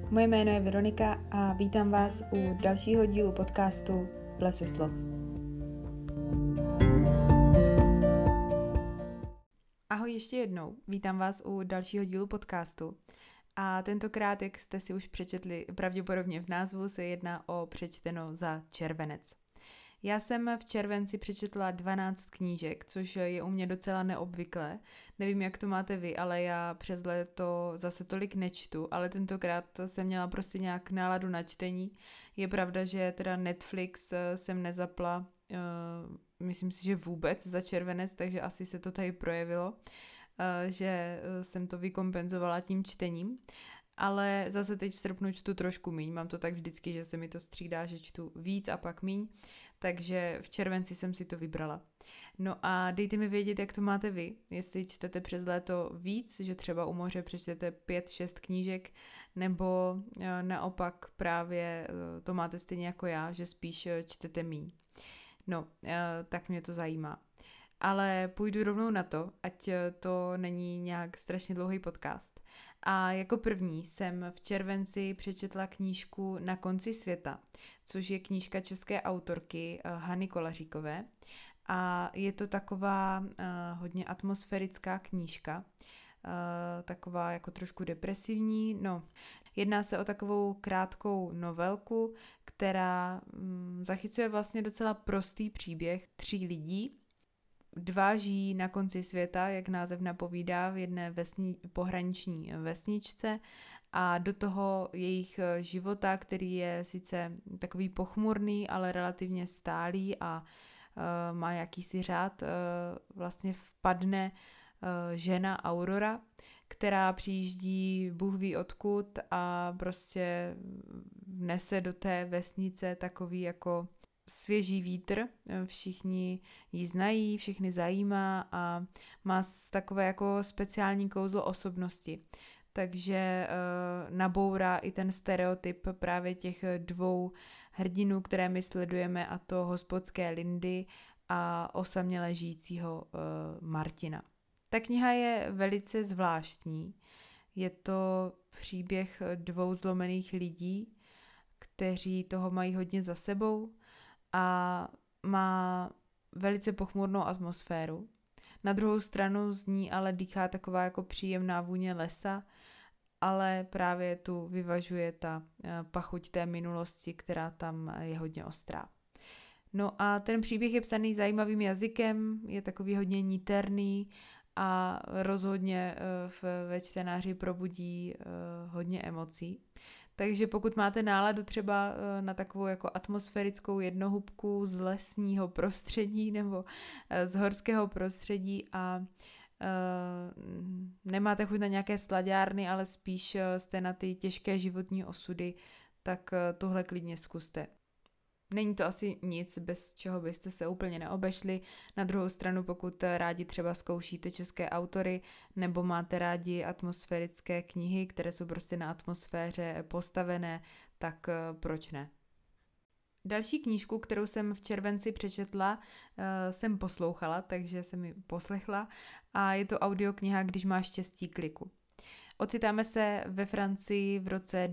Moje jméno je Veronika a vítám vás u dalšího dílu podcastu V lese slov. Ahoj ještě jednou, vítám vás u dalšího dílu podcastu. A tentokrát, jak jste si už přečetli pravděpodobně v názvu, se jedná o přečteno za červenec. Já jsem v červenci přečetla 12 knížek, což je u mě docela neobvyklé. Nevím, jak to máte vy, ale já přes léto zase tolik nečtu, ale tentokrát jsem měla prostě nějak náladu na čtení. Je pravda, že teda Netflix jsem nezapla, myslím si, že vůbec za červenec, takže asi se to tady projevilo, že jsem to vykompenzovala tím čtením. Ale zase teď v srpnu čtu trošku míň, mám to tak vždycky, že se mi to střídá, že čtu víc a pak míň, takže v červenci jsem si to vybrala. No a dejte mi vědět, jak to máte vy, jestli čtete přes léto víc, že třeba u moře přečtete 5-6 knížek, nebo naopak právě to máte stejně jako já, že spíš čtete míň. No, tak mě to zajímá. Ale půjdu rovnou na to, ať to není nějak strašně dlouhý podcast. A jako první jsem v červenci přečetla knížku Na konci světa, což je knížka české autorky Hany Kolaříkové. A je to taková hodně atmosférická knížka, taková jako trošku depresivní. No, jedná se o takovou krátkou novelku, která zachycuje vlastně docela prostý příběh 3 lidí. 2 žijí na konci světa, jak název napovídá, v jedné pohraniční vesničce a do toho jejich života, který je sice takový pochmurný, ale relativně stálý a má jakýsi řád, vlastně vpadne žena Aurora, která přijíždí Bůh ví odkud a prostě vnese do té vesnice takový jako svěží vítr, všichni ji znají, všechny zajímá a má takové jako speciální kouzlo osobnosti. Takže nabourá i ten stereotyp právě těch 2 hrdinů, které my sledujeme, a to hospodské Lindy a osaměle žijícího Martina. Ta kniha je velice zvláštní. Je to příběh 2 zlomených lidí, kteří toho mají hodně za sebou, a má velice pochmurnou atmosféru. Na druhou stranu z ní ale dýchá taková jako příjemná vůně lesa, ale právě tu vyvažuje ta pachuť té minulosti, která tam je hodně ostrá. No a ten příběh je psaný zajímavým jazykem, je takový hodně niterný a rozhodně ve čtenáři probudí hodně emocí. Takže pokud máte náladu třeba na takovou jako atmosférickou jednohubku z lesního prostředí nebo z horského prostředí a nemáte chuť na nějaké slaďárny, ale spíš jste na ty těžké životní osudy, tak tohle klidně zkuste. Není to asi nic, bez čeho byste se úplně neobešli. Na druhou stranu, pokud rádi třeba zkoušíte české autory nebo máte rádi atmosférické knihy, které jsou prostě na atmosféře postavené, tak proč ne? Další knížku, kterou jsem v červenci přečetla, jsem poslouchala, takže jsem ji poslechla a je to audiokniha Když máš štěstí, kliku. Ocitáme se ve Francii v roce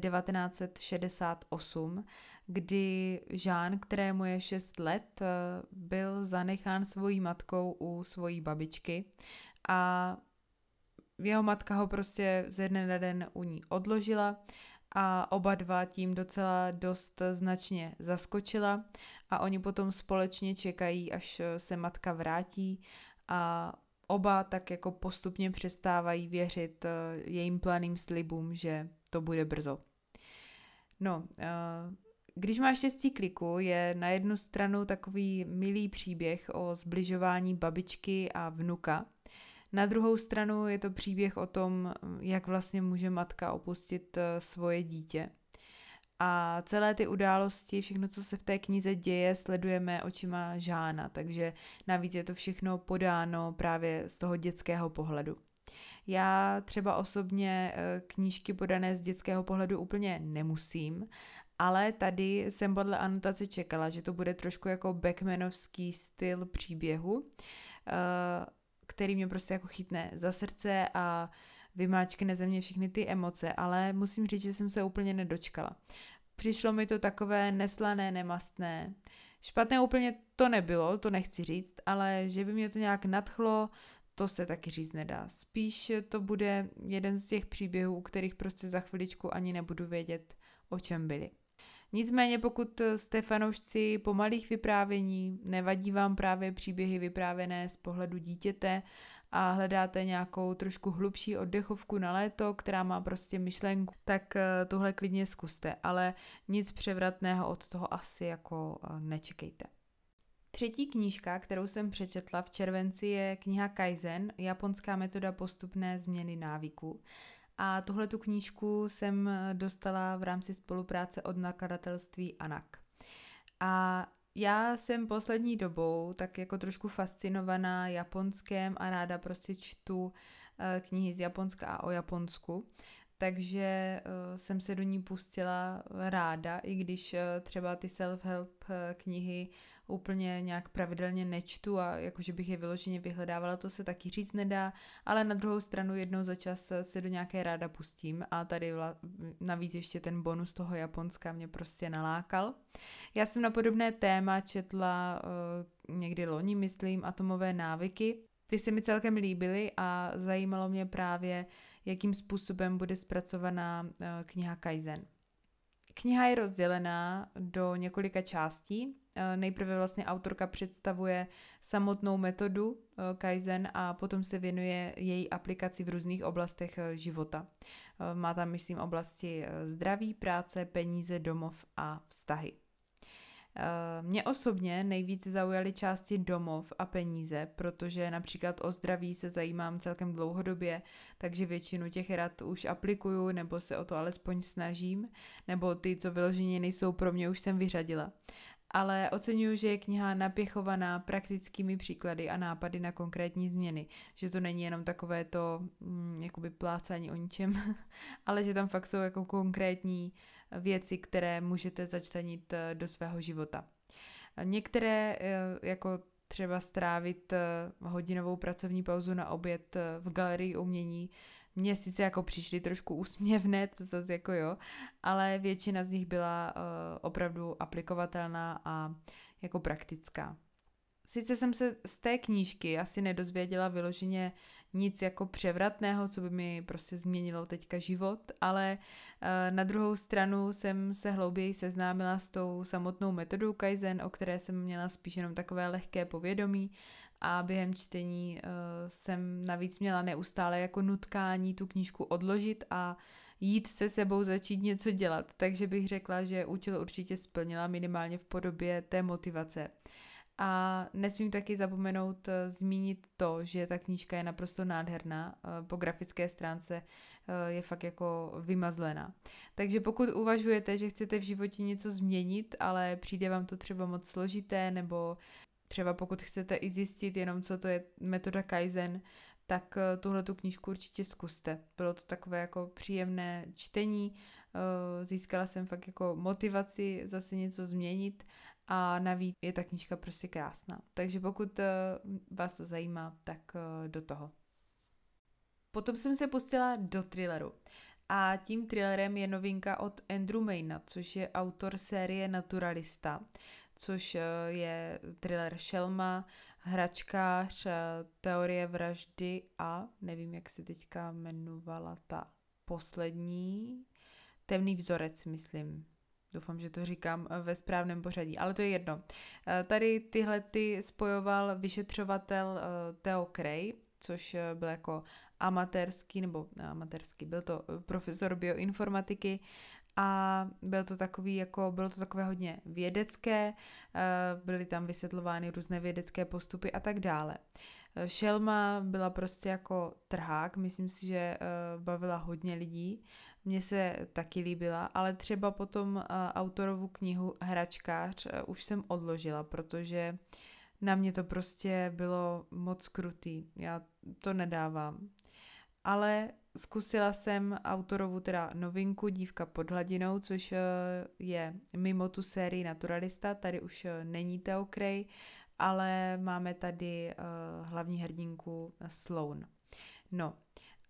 1968, kdy Jean, kterému je 6 let, byl zanechán svojí matkou u svojí babičky a jeho matka ho prostě ze dne na den u ní odložila a oba 2 tím docela dost značně zaskočila a oni potom společně čekají, až se matka vrátí a oba tak jako postupně přestávají věřit jejím planým slibům, že to bude brzo. No, Když máš štěstí, kliku je na jednu stranu takový milý příběh o zbližování babičky a vnuka. Na druhou stranu je to příběh o tom, jak vlastně může matka opustit svoje dítě. A celé ty události, všechno, co se v té knize děje, sledujeme očima Žána, takže navíc je to všechno podáno právě z toho dětského pohledu. Já třeba osobně knížky podané z dětského pohledu úplně nemusím, ale tady jsem podle anotace čekala, že to bude trošku jako Beckmanovský styl příběhu, který mě prostě jako chytne za srdce a vymáčkne ze mě všechny ty emoce, ale musím říct, že jsem se úplně nedočkala. Přišlo mi to takové neslané, nemastné. Špatné úplně to nebylo, to nechci říct, ale že by mě to nějak nadchlo, to se taky říct nedá. Spíš to bude jeden z těch příběhů, u kterých prostě za chviličku ani nebudu vědět, o čem byli. Nicméně pokud jste fanoušci pomalých vyprávění, nevadí vám právě příběhy vyprávěné z pohledu dítěte a hledáte nějakou trošku hlubší oddechovku na léto, která má prostě myšlenku, tak tohle klidně zkuste, ale nic převratného od toho asi jako nečekejte. Třetí knížka, kterou jsem přečetla v červenci, je kniha Kaizen, japonská metoda postupné změny návyků. A tuhletu knížku jsem dostala v rámci spolupráce od nakladatelství Anak. A já jsem poslední dobou tak jako trošku fascinovaná Japonskem a ráda prostě čtu knihy z Japonska a o Japonsku. Takže jsem se do ní pustila ráda, i když třeba ty self-help knihy úplně nějak pravidelně nečtu a jakože bych je vyloženě vyhledávala, to se taky říct nedá, ale na druhou stranu jednou za čas se do nějaké ráda pustím a tady navíc ještě ten bonus toho Japonska mě prostě nalákal. Já jsem na podobné téma četla někdy loni, myslím, Atomové návyky. Ty se mi celkem líbily a zajímalo mě právě, jakým způsobem bude zpracovaná kniha Kaizen. Kniha je rozdělená do několika částí. Nejprve vlastně autorka představuje samotnou metodu Kaizen a potom se věnuje její aplikaci v různých oblastech života. Má tam, myslím, oblasti zdraví, práce, peníze, domov a vztahy. Mě osobně nejvíc zaujaly části domov a peníze, protože například o zdraví se zajímám celkem dlouhodobě, takže většinu těch rad už aplikuju nebo se o to alespoň snažím, nebo ty, co vyloženě nejsou pro mě, už jsem vyřadila. Ale oceňuji, že je kniha napěchovaná praktickými příklady a nápady na konkrétní změny, že to není jenom takové to jakoby plácání o ničem, ale že tam fakt jsou jako konkrétní věci, které můžete začlenit do svého života. Některé, jako třeba strávit hodinovou pracovní pauzu na oběd v galerii umění, mně sice jako přišly trošku úsměvné, to zase jako jo, ale většina z nich byla opravdu aplikovatelná a jako praktická. Sice jsem se z té knížky asi nedozvěděla vyloženě nic jako převratného, co by mi prostě změnilo teďka život, ale na druhou stranu jsem se hlouběji seznámila s tou samotnou metodou Kaizen, o které jsem měla spíš jenom takové lehké povědomí a během čtení jsem navíc měla neustále jako nutkání tu knížku odložit a jít se sebou začít něco dělat, takže bych řekla, že účel určitě splnila minimálně v podobě té motivace. A nesmím taky zapomenout zmínit to, že ta knížka je naprosto nádherná, po grafické stránce je fakt jako vymazlená. Takže pokud uvažujete, že chcete v životě něco změnit, ale přijde vám to třeba moc složité, nebo třeba pokud chcete i zjistit jenom, co to je metoda Kaizen, tak tuhletu knížku určitě zkuste. Bylo to takové jako příjemné čtení, získala jsem fakt jako motivaci zase něco změnit a navíc je ta knížka prostě krásná. Takže pokud vás to zajímá, tak do toho. Potom jsem se pustila do thrilleru. A tím thrillerem je novinka od Andrew Mayna, což je autor série Naturalista, což je thriller Šelma, Hračkář, Teorie vraždy a nevím, jak se teďka jmenovala ta poslední, Temný vzorec, myslím. Doufám, že to říkám ve správném pořadí, ale to je jedno. Tady tyhle ty spojoval vyšetřovatel Theo Cray, což byl jako byl to profesor bioinformatiky a bylo to takové hodně vědecké, byly tam vysvětlovány různé vědecké postupy a tak dále. Šelma byla prostě jako trhák, myslím si, že bavila hodně lidí, mně se taky líbila, ale třeba potom autorovu knihu Hračkář už jsem odložila, protože na mě to prostě bylo moc krutý, já to nedávám. Ale zkusila jsem autorovu teda novinku Dívka pod hladinou, což je mimo tu sérii Naturalista, tady už není Theo Cray, ale máme tady hlavní hrdinku Sloan. No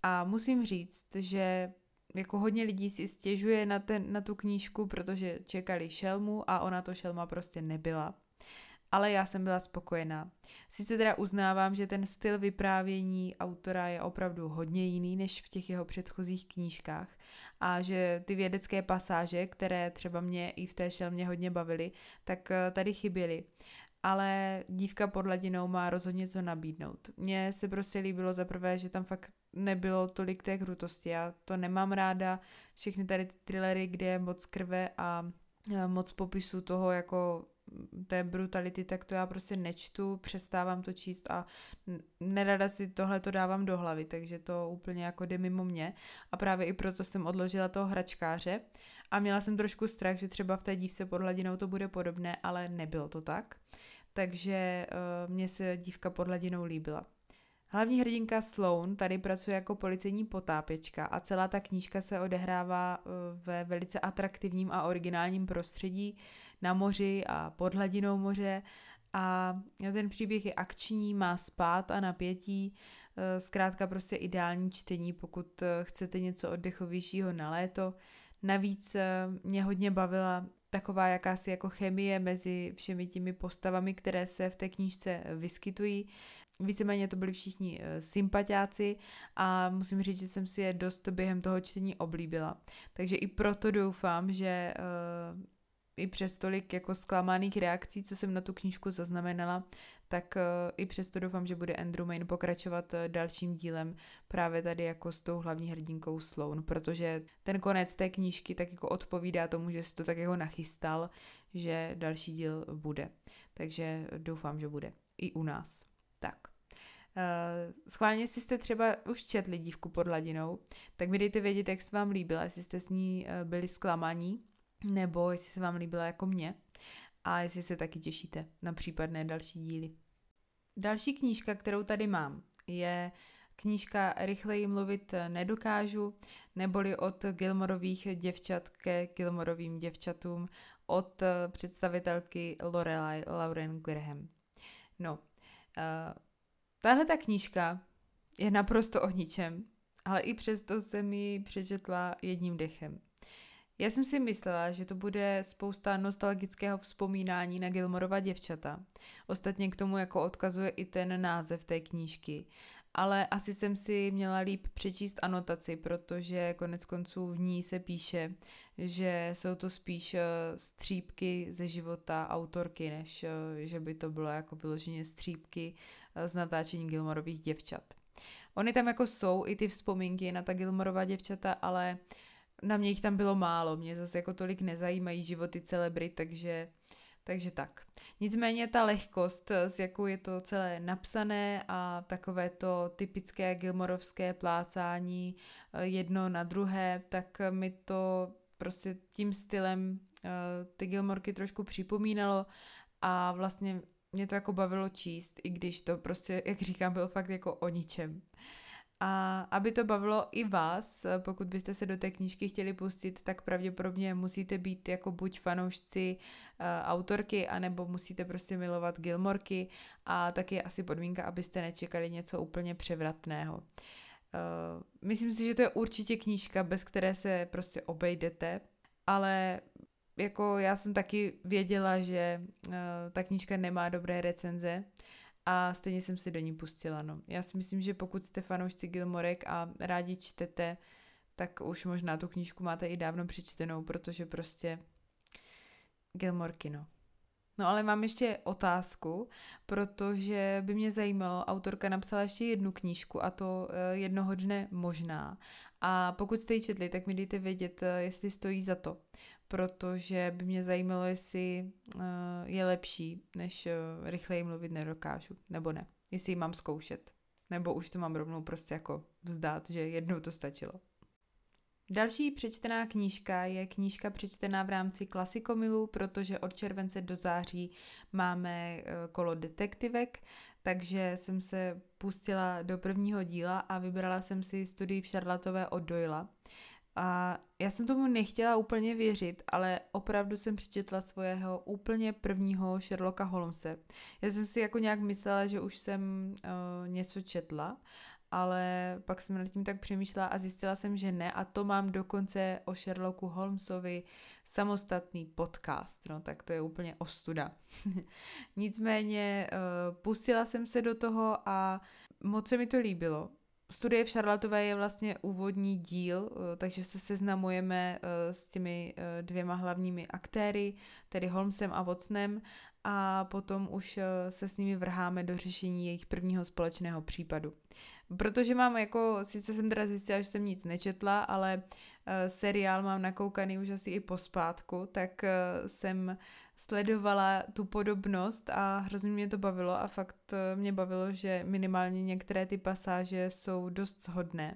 A musím říct, že jako hodně lidí si stěžuje na tu knížku, protože čekali šelmu a ona to šelma prostě nebyla. Ale já jsem byla spokojená. Sice teda uznávám, že ten styl vyprávění autora je opravdu hodně jiný než v těch jeho předchozích knížkách a že ty vědecké pasáže, které třeba mě i v té šelmě hodně bavily, tak tady chyběly. Ale Dívka pod hladinou má rozhodně co nabídnout. Mně se prostě líbilo za prvé, že tam fakt nebylo tolik té krutosti. Já to nemám ráda, všechny tady ty thrillery, kde je moc krve a moc popisu toho jako té brutality, tak to já prostě nečtu, přestávám to číst a nerada si tohle to dávám do hlavy, takže to úplně jako jde mimo mě a právě i proto jsem odložila toho hračkáře a měla jsem trošku strach, že třeba v té Dívce pod hladinou to bude podobné, ale nebylo to tak, takže mně se Dívka pod hladinou líbila. Hlavní hrdinka Sloane tady pracuje jako policejní potápěčka a celá ta knížka se odehrává ve velice atraktivním a originálním prostředí na moři a pod hladinou moře a ten příběh je akční, má spát a napětí, zkrátka prostě ideální čtení, pokud chcete něco oddechovějšího na léto. Navíc mě hodně bavila taková jakási jako chemie mezi všemi těmi postavami, které se v té knížce vyskytují. Víceméně to byli všichni sympatiáci a musím říct, že jsem si je dost během toho čtení oblíbila. Takže i proto doufám, že i přes tolik jako zklamaných reakcí, co jsem na tu knížku zaznamenala, tak i přesto doufám, že bude Andrew Mayne pokračovat dalším dílem právě tady jako s tou hlavní hrdinkou Sloane, protože ten konec té knížky tak jako odpovídá tomu, že si to tak jako nachystal, že další díl bude. Takže doufám, že bude i u nás. Tak. Schválně, jestli jste třeba už četli Dívku pod hladinou, tak mi dejte vědět, jak se vám líbila, jestli jste s ní byli zklamaní, nebo jestli se vám líbila jako mě a jestli se taky těšíte na případné další díly. Další knížka, kterou tady mám, je knížka Rychleji mluvit nedokážu, neboli od Gilmorových děvčat ke Gilmorovým děvčatům od představitelky Lorelai Lauren Graham. No, tahle ta knížka je naprosto o ničem, ale i přesto jsem ji přečetla jedním dechem. Já jsem si myslela, že to bude spousta nostalgického vzpomínání na Gilmorova děvčata. Ostatně k tomu jako odkazuje i ten název té knížky. Ale asi jsem si měla líp přečíst anotaci, protože konec konců v ní se píše, že jsou to spíš střípky ze života autorky, než že by to bylo jako vyloženě střípky z natáčení Gilmorových děvčat. Ony tam jako jsou i ty vzpomínky na ta Gilmorova děvčata, ale na mě jich tam bylo málo, mě zase jako tolik nezajímají životy celebrit, takže tak. Nicméně ta lehkost, s jakou je to celé napsané a takové to typické gilmorovské plácání jedno na druhé, tak mi to prostě tím stylem ty Gilmorky trošku připomínalo a vlastně mě to jako bavilo číst, i když to prostě, jak říkám, bylo fakt jako o ničem. A aby to bavilo i vás, pokud byste se do té knížky chtěli pustit, tak pravděpodobně musíte být jako buď fanoušci autorky, anebo musíte prostě milovat Gilmorky a taky je asi podmínka, abyste nečekali něco úplně převratného. Myslím si, že to je určitě knížka, bez které se prostě obejdete, ale jako já jsem taky věděla, že ta knížka nemá dobré recenze, a stejně jsem si do ní pustila. No. Já si myslím, že pokud jste fanoušci Gilmorek a rádi čtete, tak už možná tu knížku máte i dávno přečtenou, protože prostě Gilmorky, no. No ale mám ještě otázku, protože by mě zajímalo, autorka napsala ještě jednu knížku a to Jednoho dne možná. A pokud jste ji četli, tak mi dejte vědět, jestli stojí za to, protože by mě zajímalo, jestli je lepší, než Rychleji mluvit nedokážu, nebo ne. Jestli ji mám zkoušet, nebo už to mám rovnou prostě jako vzdát, že jednou to stačilo. Další přečtená knížka je knížka přečtená v rámci Klasikomilu, protože od července do září máme kolo detektivek, takže jsem se pustila do prvního díla a vybrala jsem si Studii v Šarlatové od Doyla. A já jsem tomu nechtěla úplně věřit, ale opravdu jsem přečetla svého úplně prvního Sherlocka Holmese. Já jsem si jako nějak myslela, že už jsem něco četla, ale pak jsem nad tím tak přemýšlela a zjistila jsem, že ne, a to mám dokonce o Sherlocku Holmesovi samostatný podcast, no tak to je úplně ostuda. Nicméně pustila jsem se do toho a moc se mi to líbilo. Studie v Charlottové je vlastně úvodní díl, takže se seznamujeme s těmi dvěma hlavními aktéry, tedy Holmesem a Watsonem, a potom už se s nimi vrháme do řešení jejich prvního společného případu. Protože mám sice jsem teda zjistila, že jsem nic nečetla, ale seriál mám nakoukaný už asi i pospátku, tak jsem sledovala tu podobnost a hrozně mě to bavilo a fakt mě bavilo, že minimálně některé ty pasáže jsou dost shodné.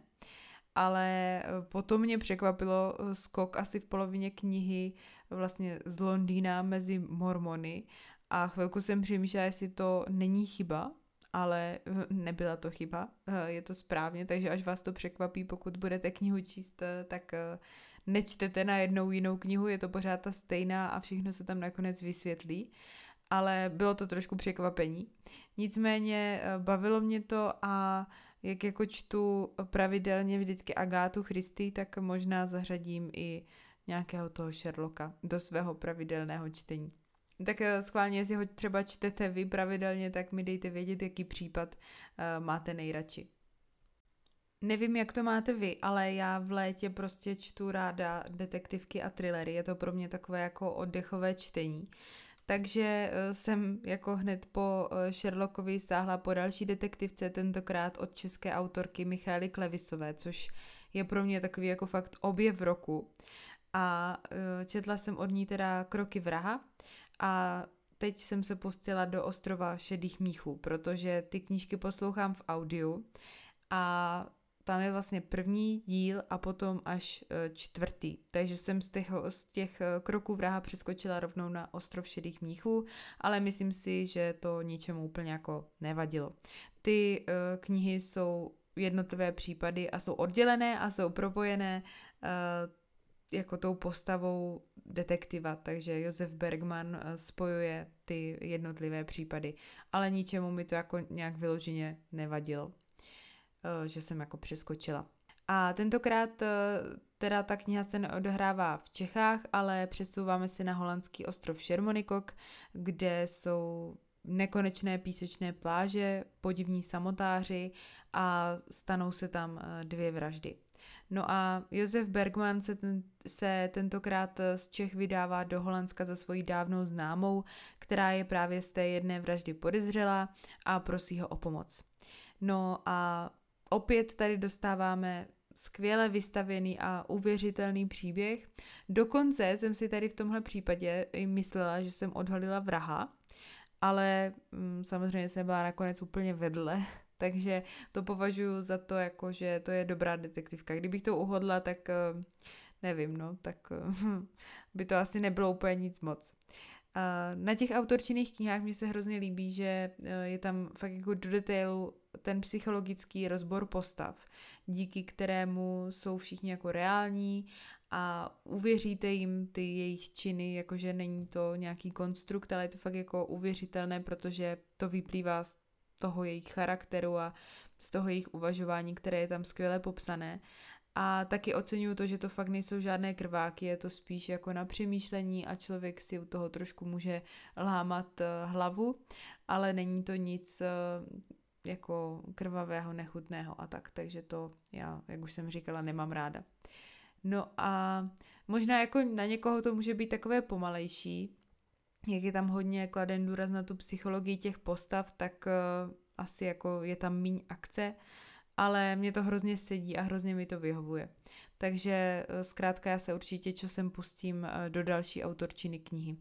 Ale potom mě překvapilo skok asi v polovině knihy vlastně z Londýna mezi Mormony a chvilku jsem přemýšlela, jestli to není chyba, ale nebyla to chyba, je to správně, takže až vás to překvapí, pokud budete knihu číst, tak nečtete na jednou jinou knihu, je to pořád ta stejná a všechno se tam nakonec vysvětlí, ale bylo to trošku překvapení. Nicméně bavilo mě to a jak jako čtu pravidelně vždycky Agátu Christie, tak možná zařadím i nějakého toho Sherlocka do svého pravidelného čtení. Tak schválně, jestli ho třeba čtete vy pravidelně, tak mi dejte vědět, jaký případ máte nejradši. Nevím, jak to máte vy, ale já v létě prostě čtu ráda detektivky a thrillery. Je to pro mě takové jako oddechové čtení. Takže jsem jako hned po Sherlockovi sáhla po další detektivce, tentokrát od české autorky Michaely Klevisové, což je pro mě takový jako fakt objev roku. A četla jsem od ní teda Kroky vraha a teď jsem se pustila do Ostrova šedých mnichů, protože ty knížky poslouchám v audiu a tam je vlastně první díl a potom až čtvrtý. Takže jsem z těch Kroků vraha přeskočila rovnou na Ostrov šedých mnichů, ale myslím si, že to ničemu úplně jako nevadilo. Ty knihy jsou jednotlivé případy a jsou oddělené a jsou propojené jako tou postavou detektiva, takže Josef Bergman spojuje ty jednotlivé případy, ale ničemu mi to jako nějak vyloženě nevadilo, že jsem jako přeskočila. A tentokrát teda ta kniha se neodehrává v Čechách, ale přesouváme se na holandský ostrov Schiermonnikoog, kde jsou nekonečné písečné pláže, podivní samotáři a stanou se tam 2 vraždy. No a Josef Bergman se tentokrát z Čech vydává do Holandska za svojí dávnou známou, která je právě z té jedné vraždy podezřelá a prosí ho o pomoc. No a opět tady dostáváme skvěle vystavěný a uvěřitelný příběh. Dokonce jsem si tady v tomhle případě i myslela, že jsem odhalila vraha, ale samozřejmě jsem byla nakonec úplně vedle, takže to považuji za to, jako, že to je dobrá detektivka. Kdybych to uhodla, tak nevím, no, tak by to asi nebylo úplně nic moc. Na těch autorčinných knihách mi se hrozně líbí, že je tam fakt jako do detailu ten psychologický rozbor postav, díky kterému jsou všichni jako reální a uvěříte jim ty jejich činy, jakože není to nějaký konstrukt, ale je to fakt jako uvěřitelné, protože to vyplývá z toho jejich charakteru a z toho jejich uvažování, které je tam skvěle popsané. A taky oceňuju to, že to fakt nejsou žádné krváky, je to spíš jako na přemýšlení a člověk si u toho trošku může lámat hlavu, ale není to nic jako krvavého, nechutného a tak, takže to já, jak už jsem říkala, nemám ráda. No a možná jako na někoho to může být takové pomalejší, jak je tam hodně kladen důraz na tu psychologii těch postav, tak asi jako je tam míň akce, ale mě to hrozně sedí a hrozně mi to vyhovuje. Takže zkrátka já se určitě časem pustím do další autorčiny knihy.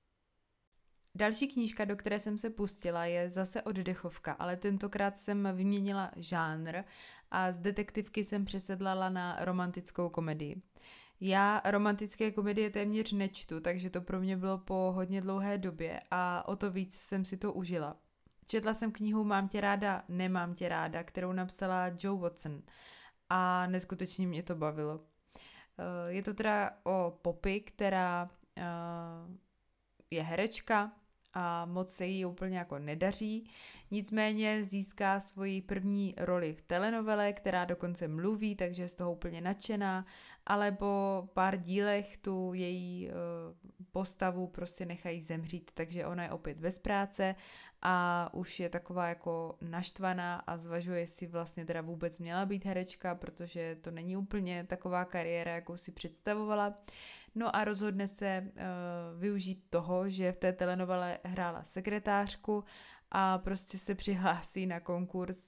Další knížka, do které jsem se pustila, je zase oddechovka, ale tentokrát jsem vyměnila žánr a z detektivky jsem přesedlala na romantickou komedii. Já romantické komedie téměř nečtu, takže to pro mě bylo po hodně dlouhé době a o to víc jsem si to užila. Četla jsem knihu Mám tě ráda, nemám tě ráda, kterou napsala Jo Watson a neskutečně mě to bavilo. Je to teda o Poppy, která je herečka a moc se jí úplně jako nedaří. Nicméně získá svoji první roli v telenovele, která dokonce mluví, takže je z toho úplně nadšená, ale po pár dílech tu její postavu prostě nechají zemřít, takže ona je opět bez práce a už je taková jako naštvaná a zvažuje, jestli vlastně teda vůbec měla být herečka, protože to není úplně taková kariéra, jakou si představovala. No a rozhodne se využít toho, že v té telenovele hrála sekretářku a prostě se přihlásí na konkurs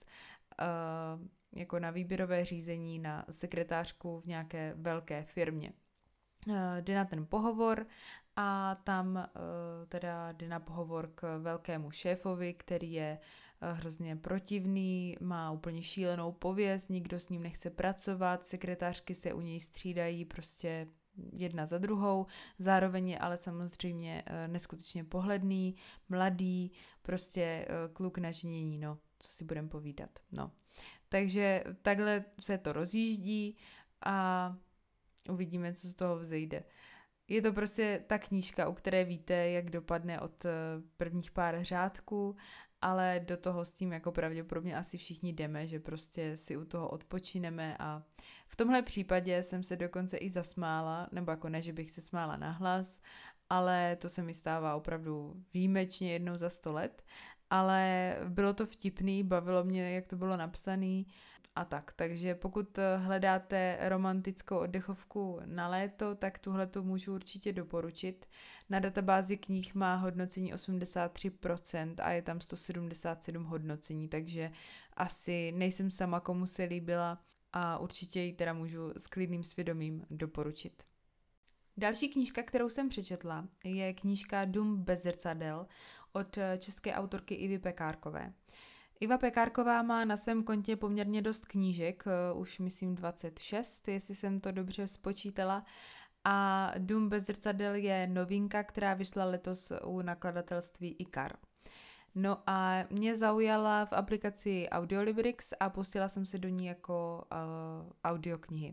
jako na výběrové řízení na sekretářku v nějaké velké firmě. Jde na ten pohovor a tam teda jde na pohovor k velkému šéfovi, který je hrozně protivný, má úplně šílenou pověst, nikdo s ním nechce pracovat, sekretářky se u něj střídají prostě jedna za druhou, zároveň je ale samozřejmě neskutečně pohledný, mladý, prostě kluk na ženění, no, co si budem povídat, no. Takže takhle se to rozjíždí a uvidíme, co z toho vzejde. Je to prostě ta knížka, u které víte, jak dopadne od prvních pár řádků, ale do toho s tím jako pravděpodobně asi všichni jdeme, že prostě si u toho odpočineme a v tomhle případě jsem se dokonce i zasmála, nebo jako ne, že bych se smála nahlas, ale to se mi stává opravdu výjimečně jednou za 100 let, ale bylo to vtipný, bavilo mě, jak to bylo napsané a tak. Takže pokud hledáte romantickou oddechovku na léto, tak tuhletu můžu určitě doporučit. Na databázi knih má hodnocení 83% a je tam 177 hodnocení, takže asi nejsem sama, komu se líbila a určitě ji teda můžu s klidným svědomím doporučit. Další knížka, kterou jsem přečetla, je knížka Dům bez zrcadel od české autorky Ivy Pekárkové. Iva Pekárková má na svém kontě poměrně dost knížek, už myslím 26, jestli jsem to dobře spočítala. A Dům bez zrcadel je novinka, která vyšla letos u nakladatelství IKAR. No a mě zaujala v aplikaci Audiolibrix a pustila jsem se do ní jako audioknihy.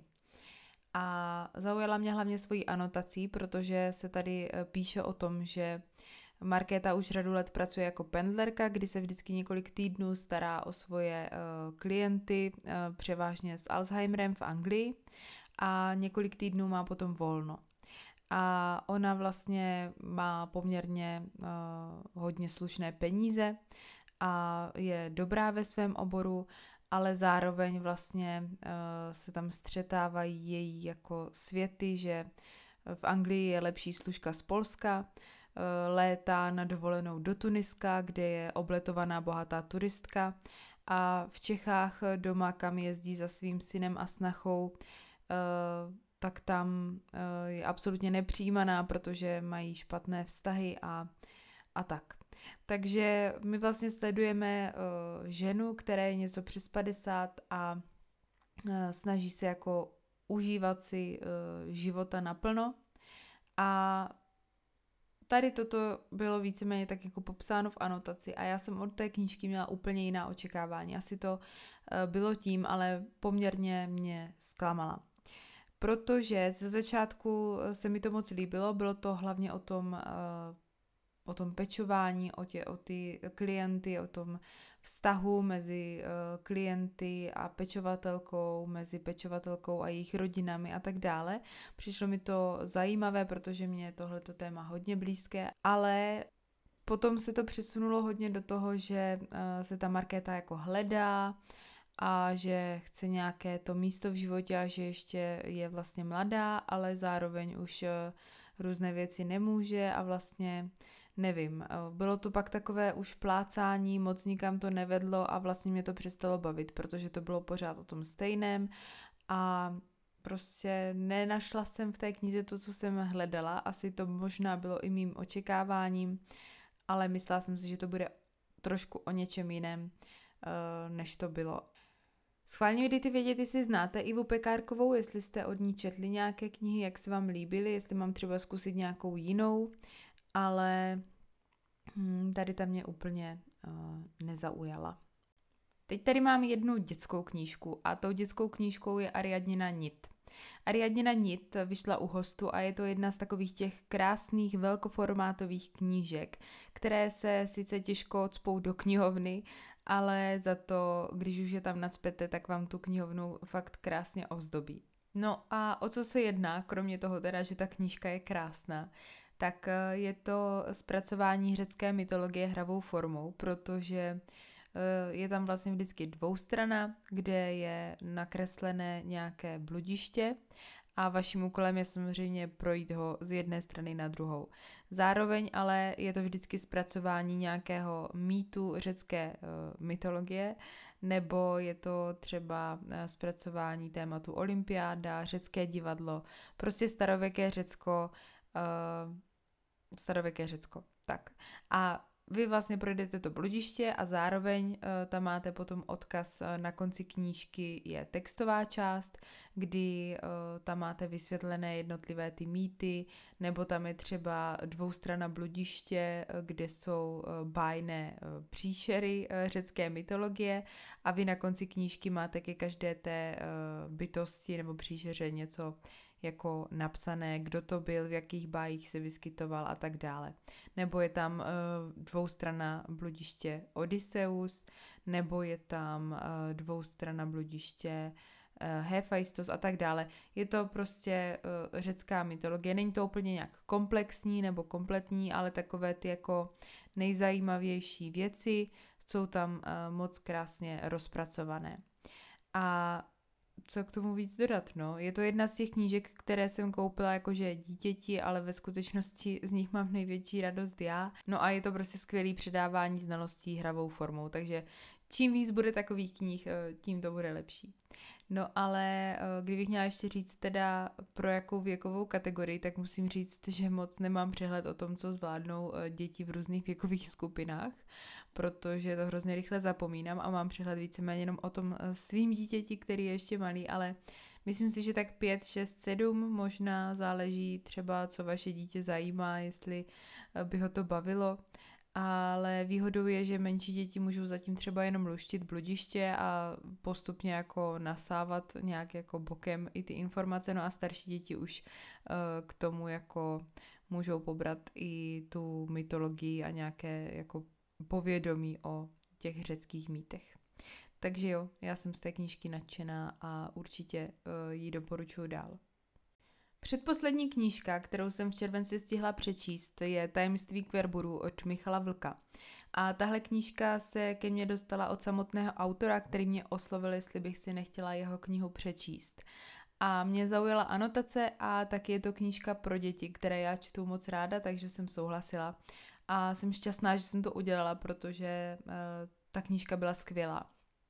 A zaujala mě hlavně svojí anotací, protože se tady píše o tom, že Markéta už řadu let pracuje jako pendlerka, kdy se vždycky několik týdnů stará o svoje klienty, převážně s Alzheimerem v Anglii a několik týdnů má potom volno. A ona vlastně má poměrně hodně slušné peníze a je dobrá ve svém oboru, ale zároveň vlastně se tam střetávají její jako světy, že v Anglii je lepší služka z Polska, létá na dovolenou do Tuniska, kde je obletovaná bohatá turistka a v Čechách doma, kam jezdí za svým synem a snachou, tak tam je absolutně nepřijímaná, protože mají špatné vztahy a tak. Takže my vlastně sledujeme ženu, která je něco přes 50 a snaží se jako užívat si života naplno a tady toto bylo víceméně tak jako popsáno v anotaci a já jsem od té knížky měla úplně jiná očekávání. Asi to bylo tím, ale poměrně mě zklamala. Protože ze začátku se mi to moc líbilo, bylo to hlavně o tom pečování, o ty klienty, o tom vztahu mezi klienty a pečovatelkou, mezi pečovatelkou a jejich rodinami a tak dále. Přišlo mi to zajímavé, protože mě tohleto téma hodně blízké, ale potom se to přesunulo hodně do toho, že se ta Markéta jako hledá a že chce nějaké to místo v životě a že ještě je vlastně mladá, ale zároveň už různé věci nemůže a vlastně nevím, bylo to pak takové už plácání, moc nikam to nevedlo a vlastně mě to přestalo bavit, protože to bylo pořád o tom stejném a prostě nenašla jsem v té knize to, co jsem hledala, asi to možná bylo i mým očekáváním, ale myslela jsem si, že to bude trošku o něčem jiném, než to bylo. Schválně mi dejte vědět, jestli znáte Ivu Pekárkovou, jestli jste od ní četli nějaké knihy, jak se vám líbily, jestli mám třeba zkusit nějakou jinou, ale tady ta mě úplně nezaujala. Teď tady mám jednu dětskou knížku a tou dětskou knížkou je Ariadnina nit. Ariadnina Nit vyšla u Hostu a je to jedna z takových těch krásných velkoformátových knížek, které se sice těžko cpou do knihovny, ale za to, když už je tam nacpete, tak vám tu knihovnu fakt krásně ozdobí. No a o co se jedná, kromě toho teda, že ta knížka je krásná, tak je to zpracování řecké mytologie hravou formou, protože je tam vlastně vždycky dvoustrana, kde je nakreslené nějaké bludiště a vaším úkolem je samozřejmě projít ho z jedné strany na druhou. Zároveň ale je to vždycky zpracování nějakého mýtu řecké mytologie, nebo je to třeba zpracování tématu olympiáda, řecké divadlo, prostě starověké Řecko. Tak. A vy vlastně projdete to bludiště a zároveň tam máte potom odkaz na konci knížky, je textová část, kdy tam máte vysvětlené jednotlivé ty mýty, nebo tam je třeba dvoustrana bludiště, kde jsou bájné příšery řecké mytologie a vy na konci knížky máte ke každé té bytosti nebo příšeře něco jako napsané, kdo to byl, v jakých bájích se vyskytoval a tak dále. Nebo je tam dvoustrana bludiště Odysseus, nebo je tam dvoustrana bludiště Héphaistos a tak dále. Je to prostě řecká mytologie. Není to úplně nějak komplexní nebo kompletní, ale takové ty jako nejzajímavější věci jsou tam moc krásně rozpracované. A co k tomu víc dodat, no. Je to jedna z těch knížek, které jsem koupila jakože dítěti, ale ve skutečnosti z nich mám největší radost já. No a je to prostě skvělý předávání znalostí hravou formou, takže čím víc bude takových knih, tím to bude lepší. No ale kdybych měla ještě říct teda pro jakou věkovou kategorii, tak musím říct, že moc nemám přehled o tom, co zvládnou děti v různých věkových skupinách, protože to hrozně rychle zapomínám a mám přehled víceméně jenom o tom svým dítěti, který je ještě malý, ale myslím si, že tak 5, 6, 7 možná záleží třeba, co vaše dítě zajímá, jestli by ho to bavilo. Ale výhodou je, že menší děti můžou zatím třeba jenom luštit bludiště a postupně jako nasávat nějak jako bokem i ty informace, no a starší děti už k tomu jako můžou pobrat i tu mytologii a nějaké jako povědomí o těch řeckých mýtech. Takže jo, já jsem z té knížky nadšená a určitě ji doporučuji dál. Předposlední knížka, kterou jsem v červenci stihla přečíst, je Tajemství Kvérburu od Michala Vlka. A tahle knížka se ke mně dostala od samotného autora, který mě oslovil, jestli bych si nechtěla jeho knihu přečíst. A mě zaujala anotace a taky je to knížka pro děti, které já čtu moc ráda, takže jsem souhlasila. A jsem šťastná, že jsem to udělala, protože ta knížka byla skvělá.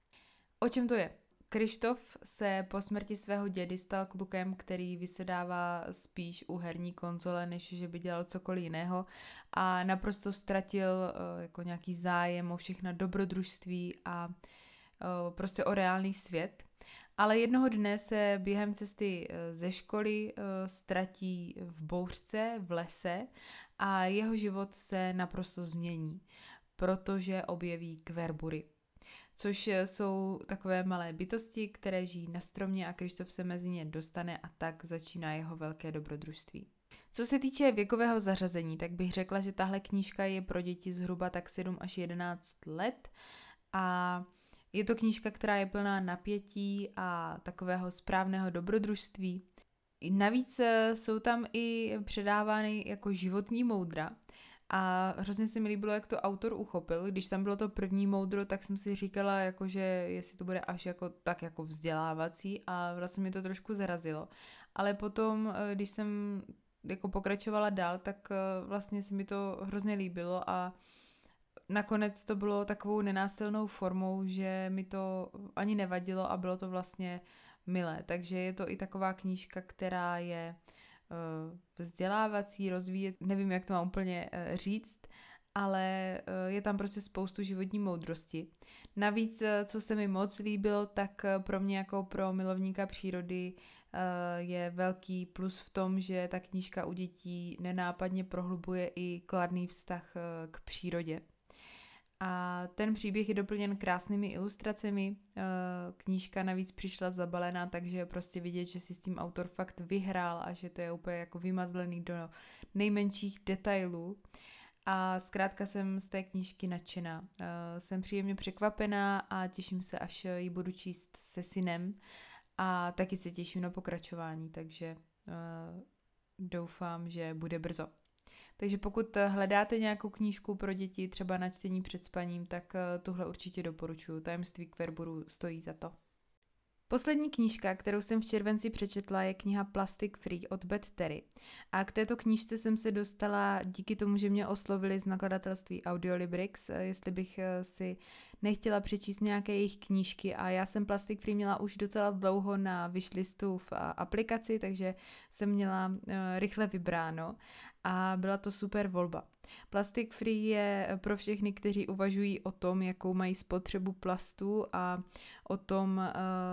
O čem to je? Krištof se po smrti svého dědy stal klukem, který vysedává spíš u herní konzole, než že by dělal cokoliv jiného a naprosto ztratil jako nějaký zájem o všechna dobrodružství a prostě o reálný svět. Ale jednoho dne se během cesty ze školy ztratí v bouřce, v lese a jeho život se naprosto změní, protože objeví kverbury, což jsou takové malé bytosti, které žijí na stromě a Krištof se mezi ně dostane a tak začíná jeho velké dobrodružství. Co se týče věkového zařazení, tak bych řekla, že tahle knížka je pro děti zhruba tak 7 až 11 let a je to knížka, která je plná napětí a takového správného dobrodružství. Navíc jsou tam i předávány jako životní moudra. A hrozně se mi líbilo, jak to autor uchopil. Když tam bylo to první moudro, tak jsem si říkala, jako, že jestli to bude až jako, tak jako vzdělávací a vlastně mi to trošku zarazilo. Ale potom, když jsem jako pokračovala dál, tak vlastně se mi to hrozně líbilo a nakonec to bylo takovou nenásilnou formou, že mi to ani nevadilo a bylo to vlastně milé. Takže je to i taková knížka, která je vzdělávací, rozvíjet, nevím, jak to mám úplně říct, ale je tam prostě spoustu životní moudrosti. Navíc, co se mi moc líbilo, tak pro mě jako pro milovníka přírody je velký plus v tom, že ta knížka u dětí nenápadně prohlubuje i kladný vztah k přírodě. A ten příběh je doplněn krásnými ilustracemi. Knížka navíc přišla zabalená, takže je prostě vidět, že si s tím autor fakt vyhrál a že to je úplně jako vymazlený do nejmenších detailů. A zkrátka jsem z té knížky nadšená. Jsem příjemně překvapená a těším se, až ji budu číst se synem. A taky se těším na pokračování, takže doufám, že bude brzo. Takže pokud hledáte nějakou knížku pro děti, třeba na čtení před spaním, tak tuhle určitě doporučuji. Tajemství Kverboru stojí za to. Poslední knížka, kterou jsem v červenci přečetla, je kniha Plastic Free od Beth Terry. A k této knížce jsem se dostala díky tomu, že mě oslovili z nakladatelství Audiolibrix, jestli bych si nechtěla přečíst nějaké jejich knížky. A já jsem Plastic Free měla už docela dlouho na wishlistu v aplikaci, takže jsem měla rychle vybráno. A byla to super volba. Plastic Free je pro všechny, kteří uvažují o tom, jakou mají spotřebu plastu a o tom,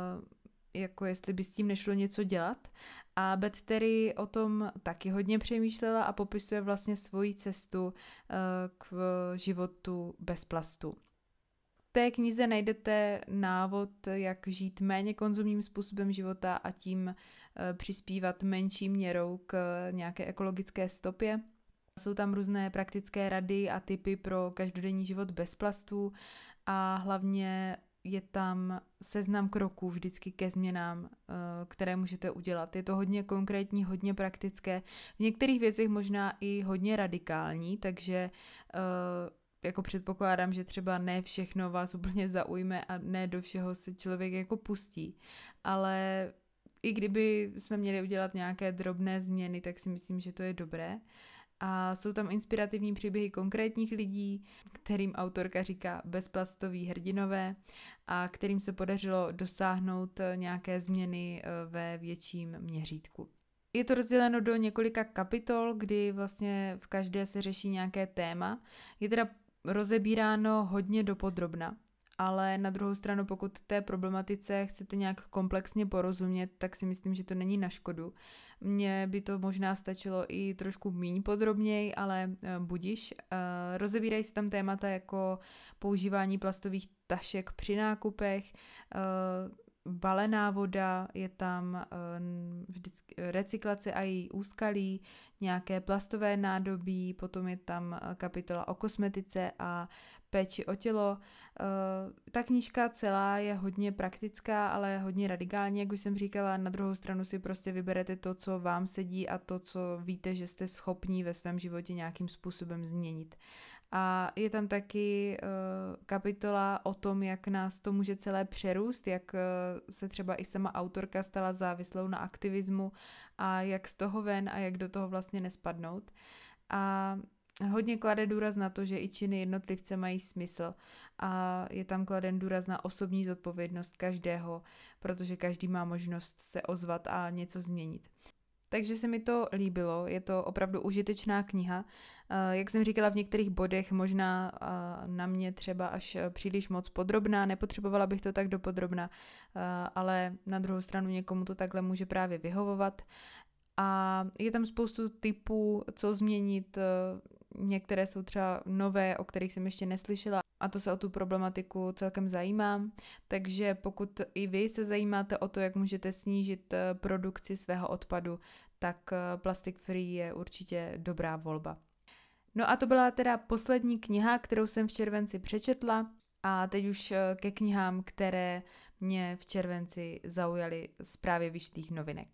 jako jestli by s tím nešlo něco dělat. A Beth Terry o tom taky hodně přemýšlela a popisuje vlastně svoji cestu k životu bez plastu. V té knize najdete návod, jak žít méně konzumním způsobem života a tím přispívat menší měrou k nějaké ekologické stopě. Jsou tam různé praktické rady a tipy pro každodenní život bez plastů a hlavně je tam seznam kroků vždycky ke změnám, které můžete udělat. Je to hodně konkrétní, hodně praktické, v některých věcech možná i hodně radikální, takže jako předpokládám, že třeba ne všechno vás úplně zaujme a ne do všeho se člověk jako pustí, ale i kdyby jsme měli udělat nějaké drobné změny, tak si myslím, že to je dobré. A jsou tam inspirativní příběhy konkrétních lidí, kterým autorka říká bezplastoví hrdinové a kterým se podařilo dosáhnout nějaké změny ve větším měřítku. Je to rozděleno do několika kapitol, kdy vlastně v každé se řeší nějaké téma. Je teda rozebíráno hodně dopodrobna, ale na druhou stranu, pokud té problematice chcete nějak komplexně porozumět, tak si myslím, že to není na škodu. Mně by to možná stačilo i trošku míň podrobněji, ale budiš. Rozebírají se tam témata jako používání plastových tašek při nákupech, balená voda, je tam vždycky recyklace a její úskalí, nějaké plastové nádobí, potom je tam kapitola o kosmetice a péči o tělo. Ta knížka celá je hodně praktická, ale hodně radikální, jak už jsem říkala. Na druhou stranu si prostě vyberete to, co vám sedí a to, co víte, že jste schopní ve svém životě nějakým způsobem změnit. A je tam taky kapitola o tom, jak nás to může celé přerůst, jak se třeba i sama autorka stala závislou na aktivismu a jak z toho ven a jak do toho vlastně nespadnout. A hodně klade důraz na to, že i činy jednotlivce mají smysl a je tam kladen důraz na osobní zodpovědnost každého, protože každý má možnost se ozvat a něco změnit. Takže se mi to líbilo, je to opravdu užitečná kniha. Jak jsem říkala, v některých bodech možná na mě třeba až příliš moc podrobná, nepotřebovala bych to tak dopodrobna, ale na druhou stranu někomu to takhle může právě vyhovovat. A je tam spoustu tipů, co změnit, některé jsou třeba nové, o kterých jsem ještě neslyšela a to se o tu problematiku celkem zajímám, takže pokud i vy se zajímáte o to, jak můžete snížit produkci svého odpadu, tak Plastic Free je určitě dobrá volba. No a to byla teda poslední kniha, kterou jsem v červenci přečetla a teď už ke knihám, které mě v červenci zaujaly z právě vyšlých novinek.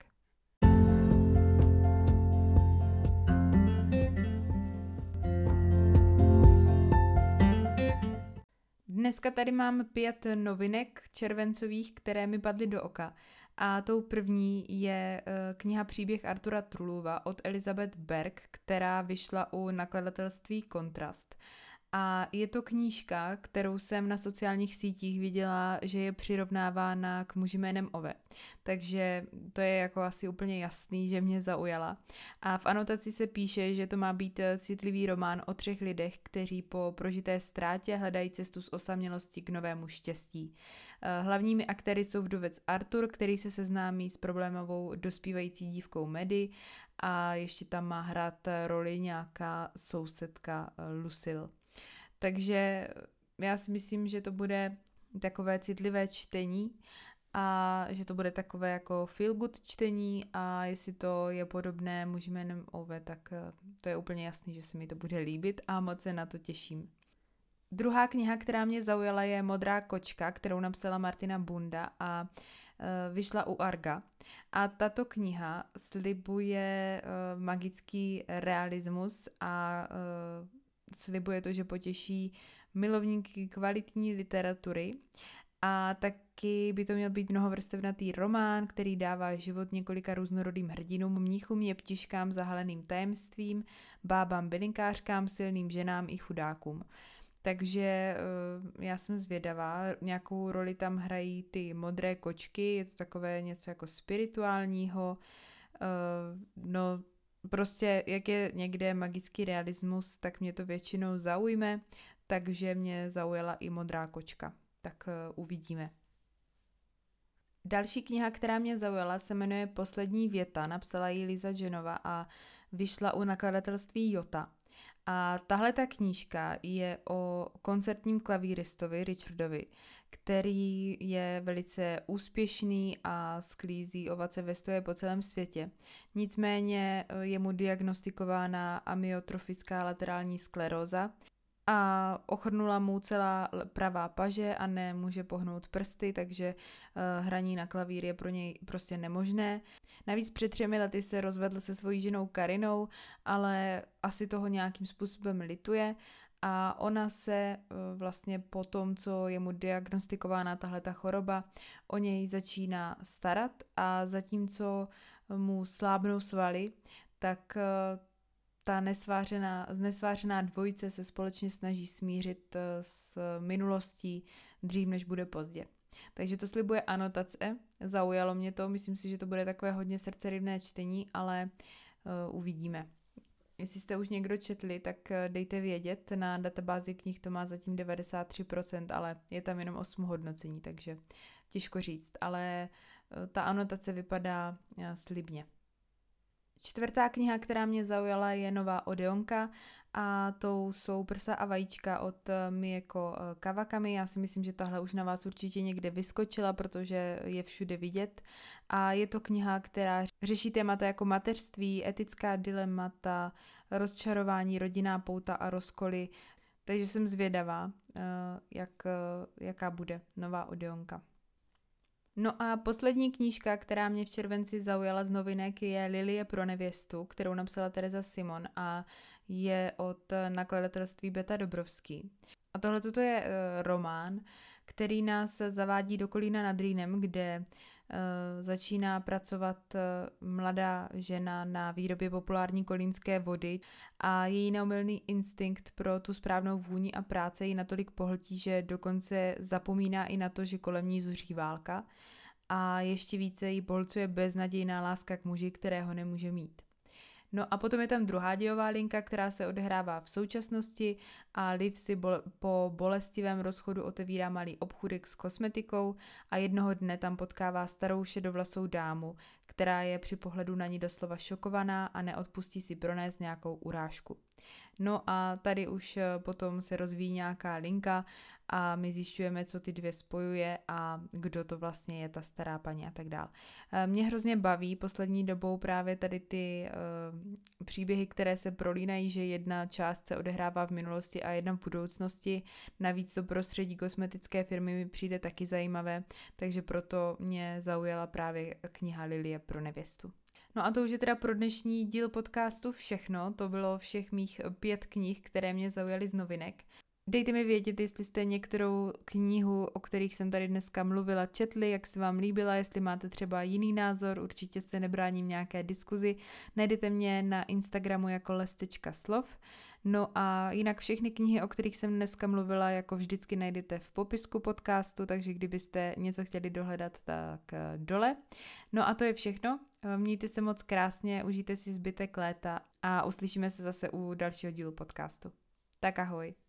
Dneska tady mám 5 novinek červencových, které mi padly do oka. A tou první je kniha Příběh Artura Trulova od Elizabeth Berg, která vyšla u nakladatelství Kontrast. A je to knížka, kterou jsem na sociálních sítích viděla, že je přirovnávána k muži jménem Ove. Takže to je jako asi úplně jasný, že mě zaujala. A v anotaci se píše, že to má být citlivý román o 3 lidech, kteří po prožité ztrátě hledají cestu z osamělosti k novému štěstí. Hlavními aktéry jsou vdovec Artur, který se seznámí s problémovou dospívající dívkou Maddie a ještě tam má hrát roli nějaká sousedka Lucille. Takže já si myslím, že to bude takové citlivé čtení a že to bude takové jako feel good čtení a jestli to je podobné muži jménem Ove, tak to je úplně jasný, že se mi to bude líbit a moc se na to těším. Druhá kniha, která mě zaujala, je Modrá kočka, kterou napsala Martina Bunda a vyšla u Arga. A tato kniha slibuje magický realismus a slibuje to, že potěší milovníky kvalitní literatury. A taky by to měl být mnohovrstevnatý román, který dává život několika různorodým hrdinům, mnichům, jeptiškám, zahaleným tajemstvím, bábám, bylinkářkám, silným ženám i chudákům. Takže já jsem zvědavá, nějakou roli tam hrají ty modré kočky, je to takové něco jako spirituálního, no prostě jak je někde magický realismus, tak mě to většinou zaujme, takže mě zaujala i Modrá kočka, tak uvidíme. Další kniha, která mě zaujala, se jmenuje Poslední věta, napsala ji Liza Genova a vyšla u nakladatelství Jota. A tahle ta knížka je o koncertním klavíristovi Richardovi, který je velice úspěšný a sklízí ovace ve stoje po celém světě. Nicméně je mu diagnostikována amyotrofická laterální skleróza a ochrnula mu celá pravá paže a nemůže pohnout prsty, takže hraní na klavír je pro něj prostě nemožné. Navíc před 3 lety se rozvedl se svojí ženou Karinou, ale asi toho nějakým způsobem lituje a ona se vlastně po tom, co je mu diagnostikována tahleta choroba, o něj začíná starat a zatímco mu slábnou svaly, tak ta znesvářená dvojice se společně snaží smířit s minulostí dřív, než bude pozdě. Takže to slibuje anotace, zaujalo mě to, myslím si, že to bude takové hodně srdcerivné čtení, ale uvidíme. Jestli jste už někdo četli, tak dejte vědět, na databázi knih to má zatím 93%, ale je tam jenom 8 hodnocení, takže těžko říct, ale ta anotace vypadá slibně. Čtvrtá kniha, která mě zaujala, je Nová Odeonka a tou jsou Prsa a vajíčka od Mieko Kawakami. Já si myslím, že tahle už na vás určitě někde vyskočila, protože je všude vidět. A je to kniha, která řeší témata jako mateřství, etická dilemata, rozčarování, rodinná pouta a rozkoly. Takže jsem zvědavá, jaká bude Nová Odeonka. No a poslední knížka, která mě v červenci zaujala z novinek, je Lilie pro nevěstu, kterou napsala Tereza Simon a je od nakladatelství Beta Dobrovský. A tohle je román, který nás zavádí do Kolína nad Rýnem, kde začíná pracovat mladá žena na výrobě populární kolínské vody a její neomylný instinkt pro tu správnou vůni a práce ji natolik pohltí, že dokonce zapomíná i na to, že kolem ní zuří válka a ještě více jí pohlcuje beznadějná láska k muži, kterého nemůže mít. No a potom je tam druhá dějová linka, která se odehrává v současnosti a Liv si po bolestivém rozchodu otevírá malý obchůdek s kosmetikou a jednoho dne tam potkává starou šedovlasou dámu, která je při pohledu na ní doslova šokovaná a neodpustí si pronést nějakou urážku. No a tady už potom se rozvíjí nějaká linka a my zjišťujeme, co ty dvě spojuje a kdo to vlastně je ta stará paní a tak dál. Mě hrozně baví poslední dobou právě tady ty příběhy, které se prolínají, že jedna část se odehrává v minulosti a jedna v budoucnosti. Navíc to prostředí kosmetické firmy mi přijde taky zajímavé, takže proto mě zaujala právě kniha Lilie pro nevěstu. No a to už je teda pro dnešní díl podcastu všechno, to bylo všech mých 5 knih, které mě zaujaly z novinek. Dejte mi vědět, jestli jste některou knihu, o kterých jsem tady dneska mluvila, četli, jak se vám líbila, jestli máte třeba jiný názor, určitě se nebráním nějaké diskuzi. Najdete mě na Instagramu jako les.slov. No a jinak všechny knihy, o kterých jsem dneska mluvila, jako vždycky najdete v popisku podcastu, takže kdybyste něco chtěli dohledat, tak dole. No a to je všechno. Mějte se moc krásně, užijte si zbytek léta a uslyšíme se zase u dalšího dílu podcastu. Tak ahoj.